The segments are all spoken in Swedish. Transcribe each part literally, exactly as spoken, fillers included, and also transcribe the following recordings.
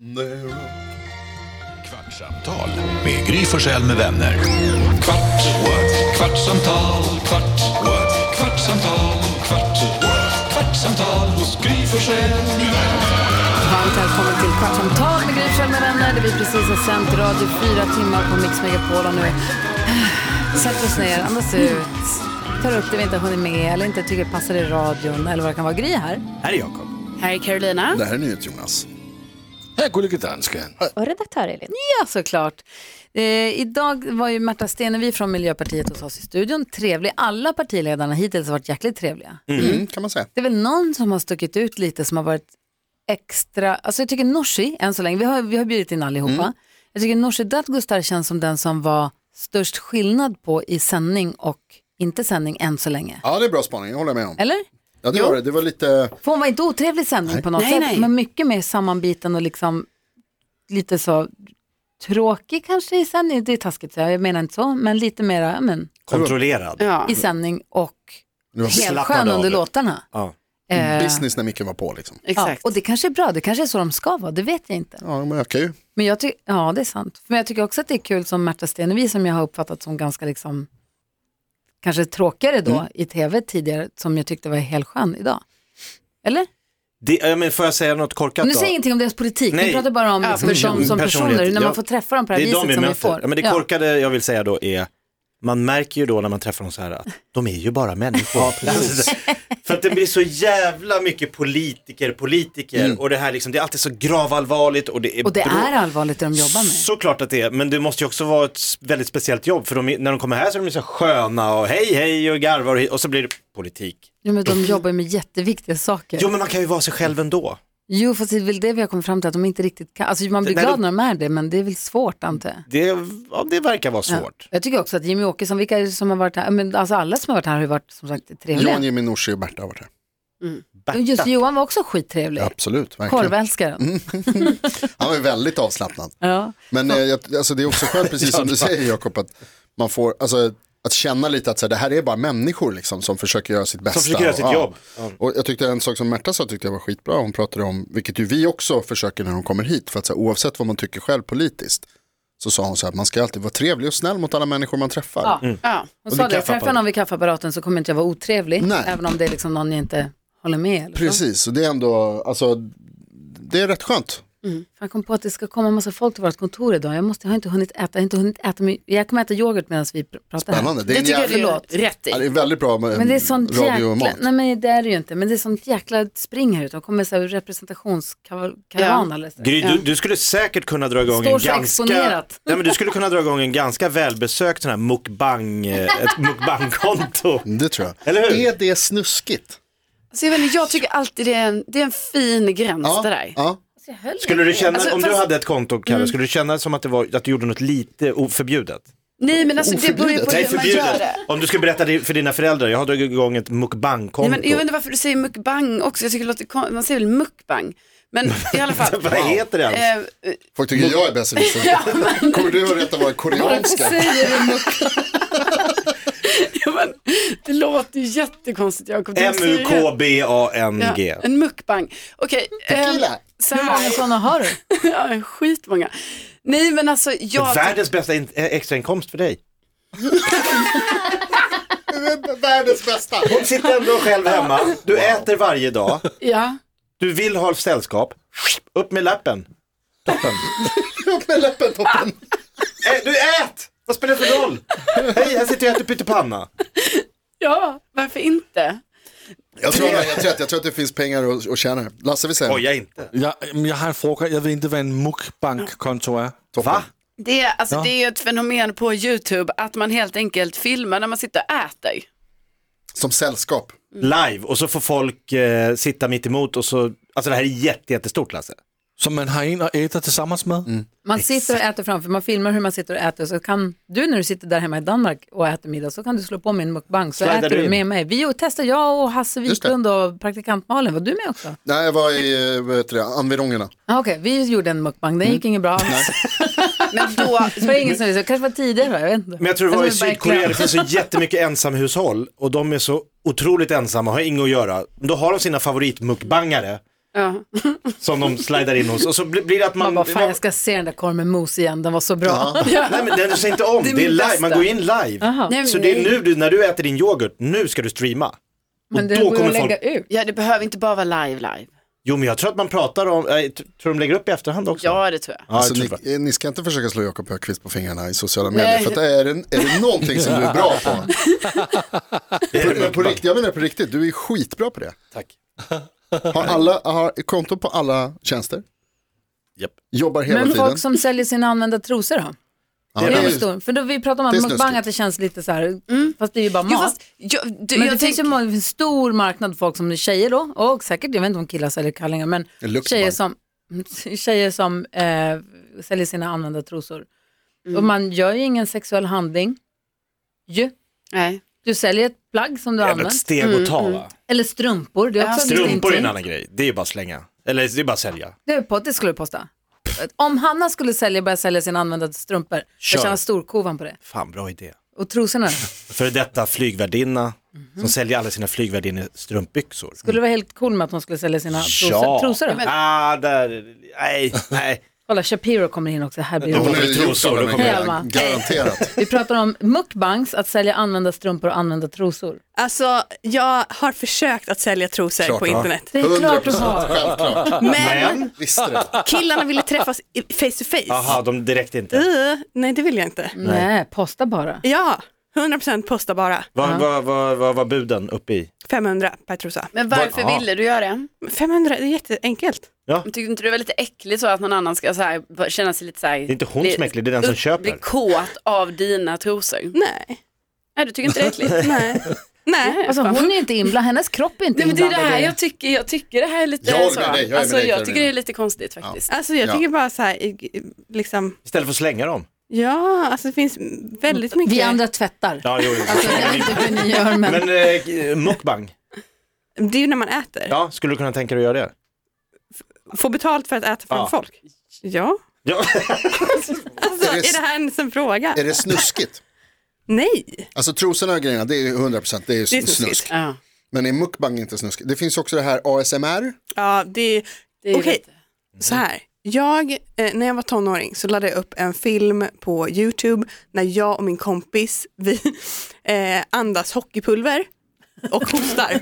Kvartsamtal med Gry Forssell med vänner. Kvart, what? Kvartsamtal, kvart, what? Kvartsamtal, kvart, what? Kvartsamtal hos Gry Forssell med vänner. Varmt välkommen till Kvartsamtal med Gry Forssell med vänner. Där vi precis har sänt radio fyra timmar på Mix Megapol och nu sätter oss ner, andas ut, tar upp det vi inte har hunnit med eller inte tycker passar i radion eller vad det kan vara. Gry här. Här är Jakob. Här är Carolina. Det här är nyhet Jonas. Här är gullige dansken. Och redaktör Elin. Ja, såklart. Eh, idag var ju Märta Stenevi från Miljöpartiet hos oss i studion. Trevlig. Alla partiledarna hittills har varit jäkligt trevliga. Mm. Mm, kan man säga. Det är väl någon som har stuckit ut lite som har varit extra... Alltså jag tycker Nooshi, än så länge, vi har, vi har bjudit in allihopa. Mm. Jag tycker Nooshi Dadgostar känns som den som var störst skillnad på i sändning och inte sändning än så länge. Ja, det är bra spaning, jag håller med om. Eller? Ja, det var det. Det var lite... För hon var inte otrevlig sändning nej. på något nej, sätt. Nej. Men mycket mer sammanbiten och liksom lite så tråkig kanske i sändning. Det är taskigt att säga, jag menar inte så. Men lite mer men, kontrollerad ja. i sändning och helt skön under låtarna. Ja. Eh, Business när mycket var på liksom. Exakt. Ja, och det kanske är bra, det kanske är så de ska vara, det vet jag inte. Ja, de ökar ju. Men jag tycker, ja det är sant. Men jag tycker också att det är kul som Märta Stenevi som jag har uppfattat som ganska liksom kanske tråkigare då mm. i tv tidigare som jag tyckte var helt skön idag. Eller? Det, ja, men får jag säga något korkat nu då? säger ingenting om deras politik, ni pratar bara om ja, liksom, person, som personer, när man får träffa dem på det här viset de som vi får. Ja, men det korkade jag vill säga då är, man märker ju då när man träffar dem så här att de är ju bara människor. Ja, för att det blir så jävla mycket politiker, politiker mm. och det här liksom, det är alltid så gravallvarligt. Och det är, och det bro- är allvarligt det de jobbar med. Såklart att det är, men det måste ju också vara ett väldigt speciellt jobb. För de, när de kommer här så är de så sköna och hej hej och garvar och, och så blir det politik. Ja, men de jobbar med jätteviktiga saker. Jo, men man kan ju vara sig själv ändå. Jo, fast det är väl det vi har kommit fram till att de inte riktigt kan. Alltså man blir glad när de är det, men det är väl svårt antar jag. Det, ja, det verkar vara svårt. Ja. Jag tycker också att Jimmy Åkesson, vilka som har varit här, men alltså alla som har varit här har ju varit som sagt trevliga. Johan, Jimmy, Nooshi och Berta har varit här. Mm. Just Johan var också skittrevlig. Ja, absolut, verkligen. Korvälskaren. Mm. Han var väldigt avslappnad. Ja. Men eh, alltså, det är också skönt, precis som du säger Jakob, att man får, alltså att känna lite att så här, det här är bara människor liksom, som försöker göra sitt bästa. Som försöker göra sitt och, jobb. Ja. Och jag tyckte en sak som Märta sa tyckte jag var skitbra. Hon pratade om, vilket ju vi också försöker när de kommer hit. För att så här, oavsett vad man tycker själv politiskt, så sa hon så här, man ska alltid vara trevlig och snäll mot alla människor man träffar. Ja, mm. ja. Hon och sa det, träffar någon vid kaffeapparaten så kommer inte jag vara otrevlig. Nej. Även om det är liksom någon jag inte håller med. Eller precis, så. Och det är ändå, alltså, det är rätt skönt. Mm. Jag kom på att det ska komma en massa folk till vårt kontor idag. Jag, måste, jag har inte hunnit äta. Jag, har inte hunnit äta jag kommer äta yoghurt medan vi pratar. Spännande. Här. Det, är det tycker jävla... jag det är rätt i. Ja, det är väldigt bra med men det är sånt radio jäkla... och mat. Nej men det är det ju inte. Men det är sånt jäkla spring här ute. De kommer så här representationskaravan ja. eller så. Gry, du, du skulle säkert kunna dra igång Står en så ganska... exponerat. Nej, men du skulle kunna dra igång en ganska välbesökt sån här mukbang, ett mukbangkonto. Det tror jag. Eller hur? Är det snuskigt? Alltså, jag, vet inte, jag tycker alltid det är en, det är en fin gräns ja, det där. Ja. Skulle du känna, alltså, om fast... du hade ett konto, Kalle, mm. skulle du känna som att, det var, att du gjorde något lite oförbjudet? Nej, men alltså det beror ju på Nej, hur man gör det. Om du skulle berätta det för dina föräldrar, jag har dragit igång ett mukbang-konto. Nej, men jag vet inte varför du säger mukbang också, jag tycker det låter, man säger väl mukbang. Men i alla fall. Vad heter det ens? Eh, Folk tycker jag är bäst i ja, men... Kommer du att rätta vad koreanska? Säger du mukbang? Ja, men, det låter ju jättekonstigt. M U K B A N G. Ja, en mukbang. Okej. Okay, eh, hur många sådana har du? Ja, skitmånga. Nej, men alltså jag... Världens bästa in- extrainkomst för dig. Världens bästa. Hon sitter ändå själv hemma. Du wow. äter varje dag. Ja. Du vill ha sällskap. Upp med läppen. Toppen. Upp med läppen, toppen. Ä- du ät! Vad spelar det för roll? Hej, här sitter jag och äter pyttipanna. Ja, varför inte? Jag tror, jag, tror att, jag tror att det finns pengar att, att tjäna. Lasse vill säga. Oj, jag inte. Jag, jag har en fråga. Jag vet inte vad en mukbang-konto är. Va? Det är, alltså, ja. det är ju ett fenomen på YouTube att man helt enkelt filmar när man sitter och äter. Som sällskap. Mm. Live, och så får folk eh, sitta mitt emot och så, alltså det här är jätte, jättestort, Lasse. Som man har en och äter tillsammans med? Mm. Man sitter och äter framför, man filmar hur man sitter och äter. Så kan du när du sitter där hemma i Danmark och äter middag så kan du slå på min mukbang så Slidar äter du med mig. Vi testar jag och Hasse Wiklund och praktikant Malin. Var du med också? Nej, jag var i, vad heter det, Anvirongerna. Ah, Okej, okay. Vi gjorde en mukbang, det gick mm. inget bra. Men då, det var ingen som visste, kanske var tidigare, jag vet inte. Men jag tror det var i Sydkorea, det finns så jättemycket ensamhushåll och de är så otroligt ensamma, har inget att göra. Då har de sina favoritmukbangare Ja. som de slidar in hos. Och så blir det att man... Man bara, fan jag ska se den där korven med mos igen, den var så bra. Ja. Nej men den säger inte om, det är, det är live, man går in live. Aha. Nej, Så det är nu du, när du äter din yoghurt, nu ska du streama. Men det då går kommer att lägga folk... ut. Ja, det behöver inte bara vara live live. Jo men jag tror att man pratar om, äh, tror de lägger upp i efterhand också? Ja, det tror jag. Ja, Alltså, jag tror ni, ni ska inte försöka slå Jakob Högqvist på fingrarna i sociala medier. För att är, det, är det någonting som du är bra på? på, på riktigt, jag menar på riktigt, du är skitbra på det. Tack. Har alla har konto på alla tjänster? Japp. Jobbar hela Men tiden? folk som säljer sina använda trosor då? Ja, Det det är är- stor. För då vi pratar om det är att mukbang snuskigt. att det känns lite så här, fast det är ju bara mat. Jo, fast, jag, du, Men jag det finns ju tänk- många, det finns stor marknad folk som är tjejer då, och säkert, jag vet inte om killar säljer kallingar, men En luktband. tjejer som, tjejer som eh, säljer sina använda trosor. Mm. Och man gör ju ingen sexuell handling. Ju. Nej. Du säljer ett plagg som du Det är väl använder. ett steg att ta va? Eller strumpor, det är också lite Strumpor är en intimt. annan grej, det är ju bara att slänga. Eller det är bara att sälja. Det, är på, det skulle du posta. Om Hanna skulle sälja, börja sälja sina använda strumpor, Kör. jag tjänar storkovan på det. Fan bra idé. Och trosorna, För detta flygvärdinna som säljer alla sina flygvärdinnor strumpbyxor. skulle det vara helt cool med att hon skulle sälja sina trosor, Ja. trosor då? Ah, där, nej, nej. Kolla, Shapiro kommer in också, här blir Ja, det. hon Hon har är ju gjort trosor, av då de kommer Hej, här Alma. grejerna, garanterat. Vi pratar om mukbangs, att sälja använda strumpor och använda trosor. Alltså, jag har försökt att sälja trosor Klart, på ja. internet. Det är hundra klart du procent har. självklart. Men Visste det. killarna ville träffas i- face to face. Jaha, de direkt inte. Uh, nej, det vill jag inte. Nej, posta bara. Ja, hundra procent posta bara. Vad vad- vad- vad var buden uppe i? femhundra per trosa. Men varför Ja. ville du göra det? femhundra, det är jätteenkelt. Men tyckte inte du det var lite äckligt så att någon annan ska så här, känna sig lite så här... Det är inte hon som är äcklig, det är den som köper. Bli kåt av dina trosor. Nej, Nej, du tycker inte det är äckligt? nej, nej. Alltså hon är ju inte inblandad, hennes kropp är inte Nej, men det är det inblandad här i jag tycker, jag tycker det här är lite Jag så. med dig, jag är med alltså, dig, jag Karolina. tycker det är lite konstigt faktiskt. Alltså jag Ja. tycker bara så här, i- liksom, Istället för att slänga dem. ja, alltså det finns väldigt mycket. Vi andra tvättar. Ja, jo, jo. Alltså, jag vet inte hur ni gör, men... Men eh, mukbang, Det är ju när man äter. ja, skulle du kunna tänka dig att göra det? Få betalt för att äta från Ja. folk. Ja. Ja. Alltså, Är det- är det här ens en fråga? Är det snuskigt? Nej. Alltså trosorna och grejerna, det är ju hundra procent, det är ju Det är snusk. snuskigt. Ja, Men är mukbang inte snuskigt? Det finns också det här A S M R. Ja, det, det är okej, lite... så här. Jag, eh, när jag var tonåring så laddade jag upp en film på YouTube när jag och min kompis, vi eh, andas hockeypulver och hostar.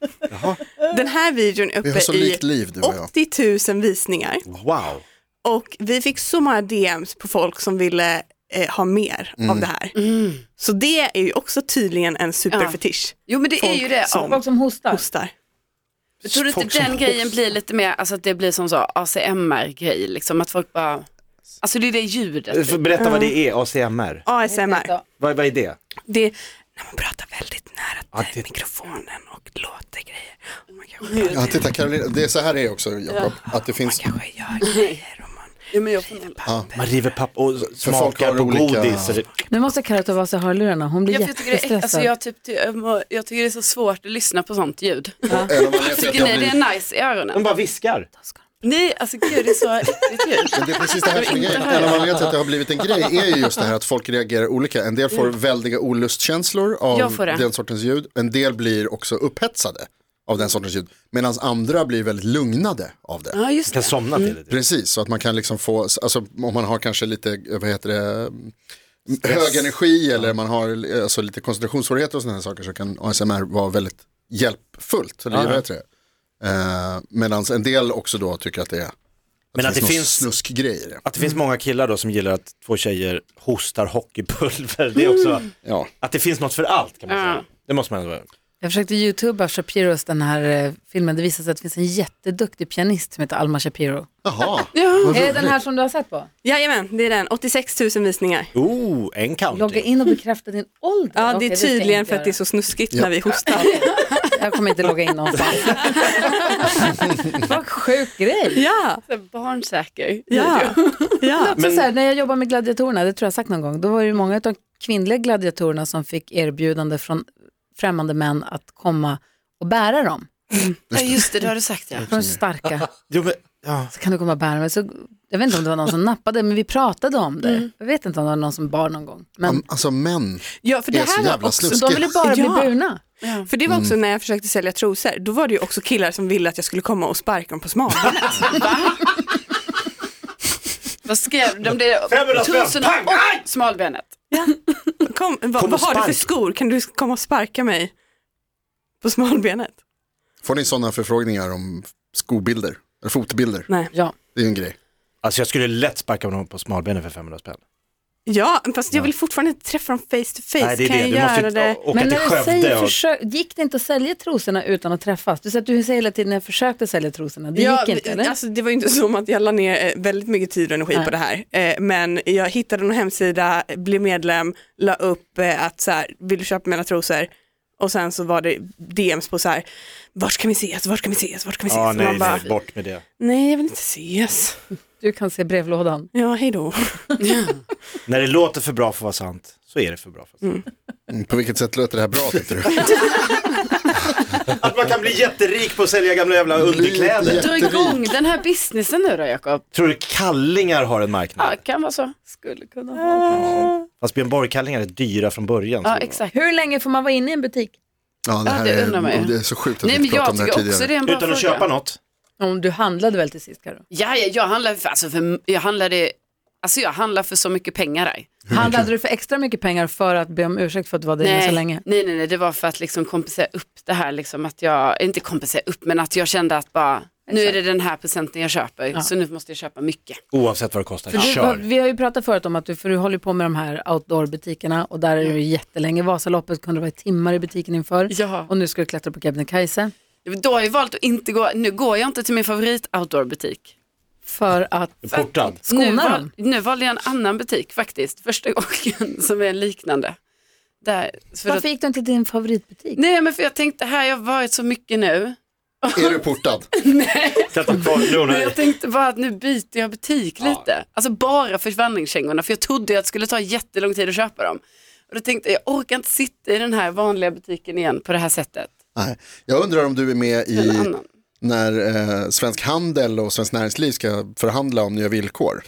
Den här videon är Vi har uppe så i likt liv du och jag. åttio tusen visningar Wow. och vi fick så många D Ms på folk som ville eh, ha mer av det här. Så det är ju också tydligen en superfetisch. Jo, men det är Folk ju det. som- Folk som hostar. Hostar. Jag tror inte Folk som den grejen blir lite mer, alltså att det blir som så A C M R-grej, liksom att folk bara, alltså det är det ljudet. För berätta vad det är, A C M R. A S M R. Vad, vad är det? Det är när man pratar väldigt nära Ja, till det- mikrofonen och låter grejer. Och man kanske, Ja, titta Karolina, det är så här det är också Jakob. Att det finns, kanske gör grejer och man Ja, men jag får... Man river papp och folk smakar har på olika- godis. eller- Nu måste Karo ta av sig hörlurarna, hon blir Jag, jag, tycker det är, jättestressad. alltså jag, typ, jag, må- jag tycker det är så svårt att lyssna på sånt ljud. eller om man vet att Tycker jag ni det blir, är nice i öronen? De bara viskar. Nej, alltså gud det är så äckligt ljud. men det är precis det här som är grejen. En anledning till att det har blivit en grej är ju just det här att folk reagerar olika. En del får väldiga olustkänslor Jag av får det. den sortens ljud. En del blir också upphetsade av den sortens ljud. Medan andra blir väldigt lugnade av det. Ja, just Kan det. somna till det. Precis, så att man kan liksom få, alltså om man har kanske lite, vad heter det, hög energi eller man har alltså, lite koncentrationssvårigheter och sådana här saker så kan A S M R vara väldigt hjälpfullt. Eller Ja, vad ja. heter det? Uh, Medan en del också då tycker att det är Men att det någon finns, snuskgrejer. i det. att det finns många killar då som gillar att två tjejer hostar hockeypulver. Det är också, Ja. att det finns något för allt kan man säga. Ja. Det måste man ändå. Jag försökte youtuba Shapiros den här eh, filmen, det visade sig att det finns en jätteduktig pianist som heter Alma Shapiro. Jaha, Är det den här som du har sett på? Jajamän, det är den. åttiosex tusen visningar. Oh, en Logga country. in och bekräfta din ålder. Ja, Okej, det är ska jag tydligen inte för att det är göra. så snuskigt Ja. när vi hostar. Jag kommer inte logga in någonstans. Vad sjuk grej. Ja, Så barnsäker. ja, ja. Men... Så här, när jag jobbade med gladiatorerna, det tror jag sagt någon gång, då var det ju många av de kvinnliga gladiatorerna som fick erbjudande från främmande män att komma och bära dem. Ja, just det, det har du sagt ja. Från starka. Jo, men, Ja. Så kan du komma och bära mig. Så, jag vet inte om det var någon som nappade, men vi pratade om det. Mm. Jag vet inte om det var någon som bar någon gång. Men... Um, alltså män ja, för det är så här jävla också, sluskiga. De ville bara bli Ja. burna. Ja. För det var också mm. när jag försökte sälja trosor. Då var det ju också killar som ville att jag skulle komma och sparka dem på smalbenet. Vad skrev de? Det tusen och smalbenet. Ja. Kom, va, Kom vad har du för spark. skor? Kan du komma och sparka mig på smalbenet? Får ni sådana förfrågningar om skobilder? Eller fotbilder? Nej. Ja. Det är ju en grej. Alltså jag skulle lätt sparka honom på smalbenen för femhundra spänn. Ja, fast jag vill fortfarande inte träffa dem face to face. Nej, det är kan det. jag Du göra måste det? åka Men till när du Skövde. säger Och... försök, gick det inte att sälja trosorna utan att träffas? Du säger att du säger hela tiden när jag försökte sälja trosorna. Det Ja, gick inte, eller? alltså, det var ju inte som att jag la ner eh, väldigt mycket tid och energi Nej. på det här. Eh, men jag hittade en hemsida, blev medlem, la upp eh, att så här, vill du köpa mina trosor? Och sen så var det D Ms på så här, vart ska vi ses, vart ska vi ses, vart ska vi ses? Ja, Och nej, man bara, nej, bort med det. nej, jag vill inte ses. Du kan se brevlådan. Ja, hej då. När det låter för bra för att vara sant så är det för bra för att vara sant. Mm, på vilket sätt låter det här bra, tycker du? Att man kan bli jätterik på att sälja gamla jävla underkläder. Dra igång den här businessen nu då, Jakob. Tror du kallingar har en marknad? Ja, kan vara så. Skulle kunna vara. Fast Björn Borg-kallingar är dyra från början. Ja, så- exakt. Hur länge får man vara inne i en butik? Ja, det Ja, här det undrar man ju. är, det är så sjukt att Nej, vi men inte pratade jag om det här tycker också det tidigare. är en bra Utan att fråga. köpa något. Om du handlade väl till sist, Karo? Ja, ja, jag handlar för, alltså för, jag handlade, alltså jag handlar för så mycket pengar där. Handlade du för extra mycket pengar för att be om ursäkt för att du var där inne så länge? nej, nej, nej, det var för att liksom kompensera upp det här, liksom att jag, inte kompensera upp, men att jag kände att bara, nu är det den här procenten jag köper, Ja. så nu måste jag köpa mycket. Oavsett vad det kostar. För du, Kör. vi har ju pratat förut om att du, för du håller på med de här outdoor-butikerna och där är du jättelänge. Vasaloppet kunde vara i timmar i butiken inför. Ja. Och nu ska du klättra på Kebnekaise. Då har jag valt att inte gå, nu går jag inte till min favorit outdoor-butik. För att Portad. Nu, skona val, dem. nu valde jag en annan butik faktiskt, första gången som är liknande. Där, för Varför att, gick du inte till din favoritbutik? nej, men för jag tänkte, här jag har varit så mycket nu. Är du portad? Sätta kvar Men låna. jag tänkte bara att nu byter jag butik lite. Alltså bara för vandringskängorna. För jag trodde att det skulle ta jättelång tid att köpa dem. Och då tänkte jag, jag orkar inte sitta i den här vanliga butiken igen på det här sättet. Nej. Jag undrar om du är med En i annan. när eh, Svensk Handel och Svensk Näringsliv ska förhandla om nya villkor.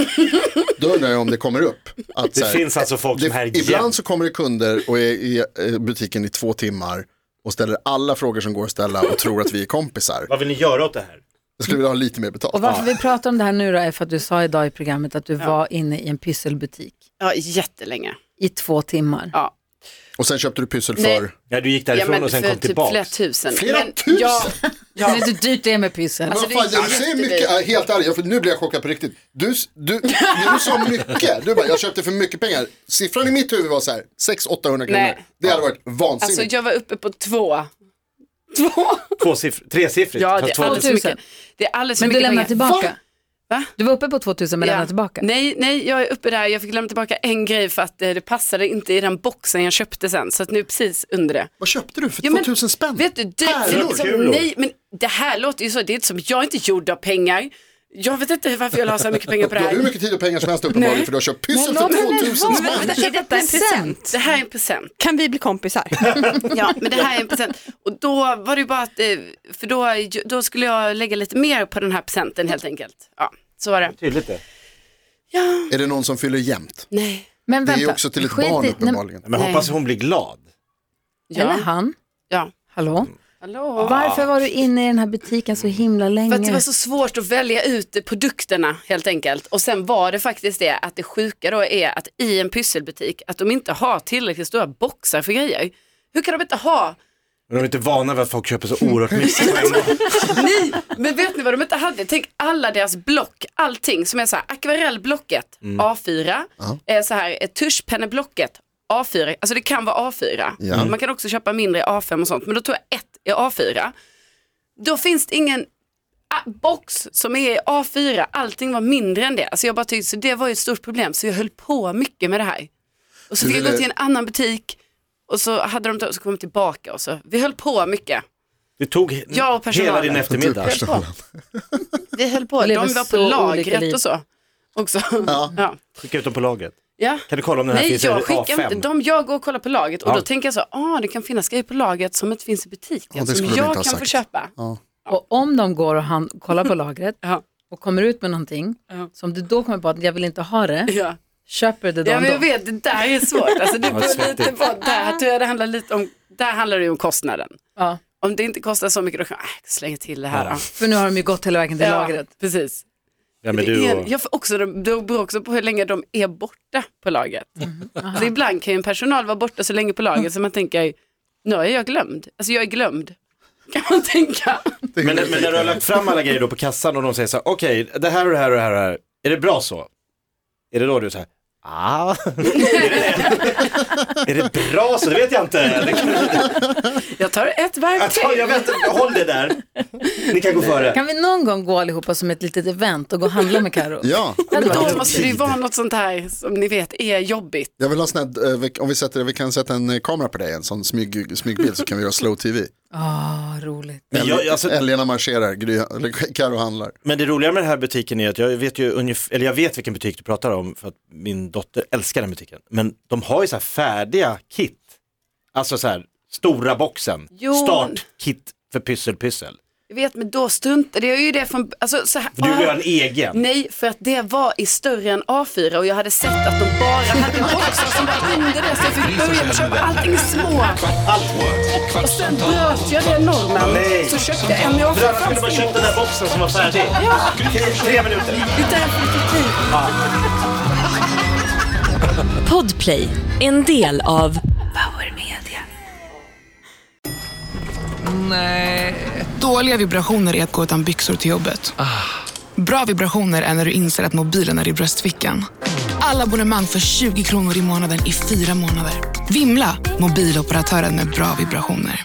Då undrar jag om det kommer upp. Att, Det så här, finns alltså folk det, som här ibland jämt. så kommer det kunder och är i eh, butiken i två timmar och ställer alla frågor som går att ställa och tror att vi är kompisar. Vad vill ni göra åt det här? Jag skulle vilja ha lite mer betalt. Och varför vi pratar om det här nu då är för att du sa idag i programmet att du var inne i en pysselbutik Ja, jättelänge. i två timmar. Ja. Och sen köpte du pyssel Nej. för... Ja, du gick Ja, därifrån men och sen för kom typ tillbaka. flera tusen. Flera men, tusen? Ja, Ja. ja. Vet du hur dyrt det är med pyssel? Men Alltså, vad fan, det är jag säger jättedyrt. mycket, äh, helt ärligt, för nu blir jag chockad på riktigt. Du, du, du sa mycket, du bara, jag köpte för mycket pengar. Siffran i mitt huvud var så här, sex åttahundra kronor. Nej. Det hade varit vansinnigt. Alltså jag var uppe på två. Två? Två siffr- tresiffrigt. Ja, fast det två är alldeles för tusen. mycket. Det är alldeles för Men du mycket lämnar pengar. tillbaka? Va? Va? Du var uppe på tvåtusen men Ja. lämnar tillbaka? Nej, nej, jag är uppe där. Jag fick lämna tillbaka en grej för att eh, det passade inte i den boxen jag köpte sen. Så att nu är precis under det. Vad köpte du för Ja, men, tvåtusen spänn? Vet du, det, Pärlor. det är liksom, Kulor. nej, men det här låter ju så. Det är inte som jag är inte gjord av pengar. Jag vet inte varför jag la så här mycket pengar på det Du har hur här. mycket tid och pengar som helst uppenbarligen Nej. för du har köpt pyssel Men för låt mig tvåtusen vara. spänn. Vänta, är detta en present? Det här är en present. Kan vi bli kompisar? Ja, men det här är en present. Och då var det ju bara att, eh, för då, då skulle jag lägga lite mer på den här presenten helt enkelt. Ja, så var det. Tydligt det. Ja, Är det någon som fyller jämnt? nej. Men Det är vänta. ju också till ett skit barn i- uppenbarligen. Men hoppas hon blir glad. Eller Ja, han. ja. Hallå? Hallå. Varför var du inne i den här butiken så himla länge? För att det var så svårt att välja ut produkterna helt enkelt. Och sen var det faktiskt det att det sjuka då är att i en pysselbutik att de inte har tillräckligt stora boxar för grejer. Hur kan de inte ha? Men de är inte vana vid att folk köper så oerhört mycket på en gång. Nej, men vet ni vad de inte hade? Tänk alla deras block, allting som är så här, akvarellblocket A fyra, är så här, tuschpenneblocket A fyra, alltså det kan vara A fyra. Ja. Man kan också köpa mindre A fem och sånt, men då tror jag ett är A fyra. Då finns det ingen ah, box som är A fyra, allting var mindre än det. Alltså jag bara tyckte, så det var ju ett stort problem, så jag höll på mycket med det här. Och så Du fick jag ville- gå till en annan butik och så hade de och så kom de tillbaka och så, vi höll på mycket. Du tog Jag och personalen. hela din eftermiddag. Höll på. Vi höll på, lever de var så på olika lagret liv. och så. Också. Ja. Ja. Skicka ut dem på lagret. Ja. Kan du kolla om den här Nej, finns i jag A skickar fem? inte. De, jag går och kollar på laget och Ja. då tänker jag så, ah, det kan finnas grejer på laget som inte finns i butiken Ja, det som skulle de jag inte kan ha få sagt. köpa. Ja. Och om de går och han, kollar på lagret Ja. och kommer ut med någonting Ja. som du då kommer på att jag vill inte ha det, Ja. köper det då Ja, men jag ändå? vet, det där är svårt. Alltså, det beror lite på, där tror jag det handlar lite om, där handlar det ju om kostnaden. Ja, Om det inte kostar så mycket, då kan jag äh, slänga till det här. Då. för nu har de ju gått hela vägen till lagret. precis. Ja, men Det du är, och... jag får också, det beror också på hur länge de är borta på lagret. Mm. Så ibland kan ju en personal vara borta så länge på lagret så man tänker, nu är jag glömd. Alltså jag är glömd, kan man tänka. Men, men när du har lagt fram alla grejer då på kassan och de säger så här, okej, okay, det här och det här och det här och det här, är det bra så? Är det då du säger, ah, är, det, är det bra så? Det vet jag inte. Det kan... Jag tar ett varv jag, tar, jag vet inte, håll det där. Ni kan gå före. Kan vi någon gång gå allihopa som ett litet event och gå och handla med Karo? Ja, Men då måste det ju vara något sånt här som ni vet är jobbigt. jag vill ha sån här, eh, om vi, sätter, vi kan sätta en eh, kamera på dig, en sån smyg, smygbild så kan vi göra slow tv. Ah, roligt. Men, jag, alltså, Älgarna marscherar, Gry, eller Karo handlar. men det roliga med den här butiken är att jag vet ju ungefär, eller jag vet vilken butik du pratar om för att min dotter älskar den butiken. Men de har ju så här färdiga kit. Alltså så här, stora boxen. Jo. Startkit för pyssel pyssel. Jag vet, men då struntade jag ju det från, alltså så här, För du vill göra en egen. nej, för att det var i större än A fyra och jag hade sett att de bara hade boxar som var under det, så jag fick börja med köpa allting små. Och sen bröt jag det normen, Nej. så köpte jag en i A fyra. Varför skulle man köpa den där boxen som var färdig? Ja, Tre, tre minuter. det är därför det tog tid. Podplay, en del av Power Media. Dåliga vibrationer är att gå utan byxor till jobbet. Bra vibrationer är när du inser att mobilen är i bröstfickan. Alla abonnemang för tjugo kronor i månaden i fyra månader. Vimla, mobiloperatören med bra vibrationer.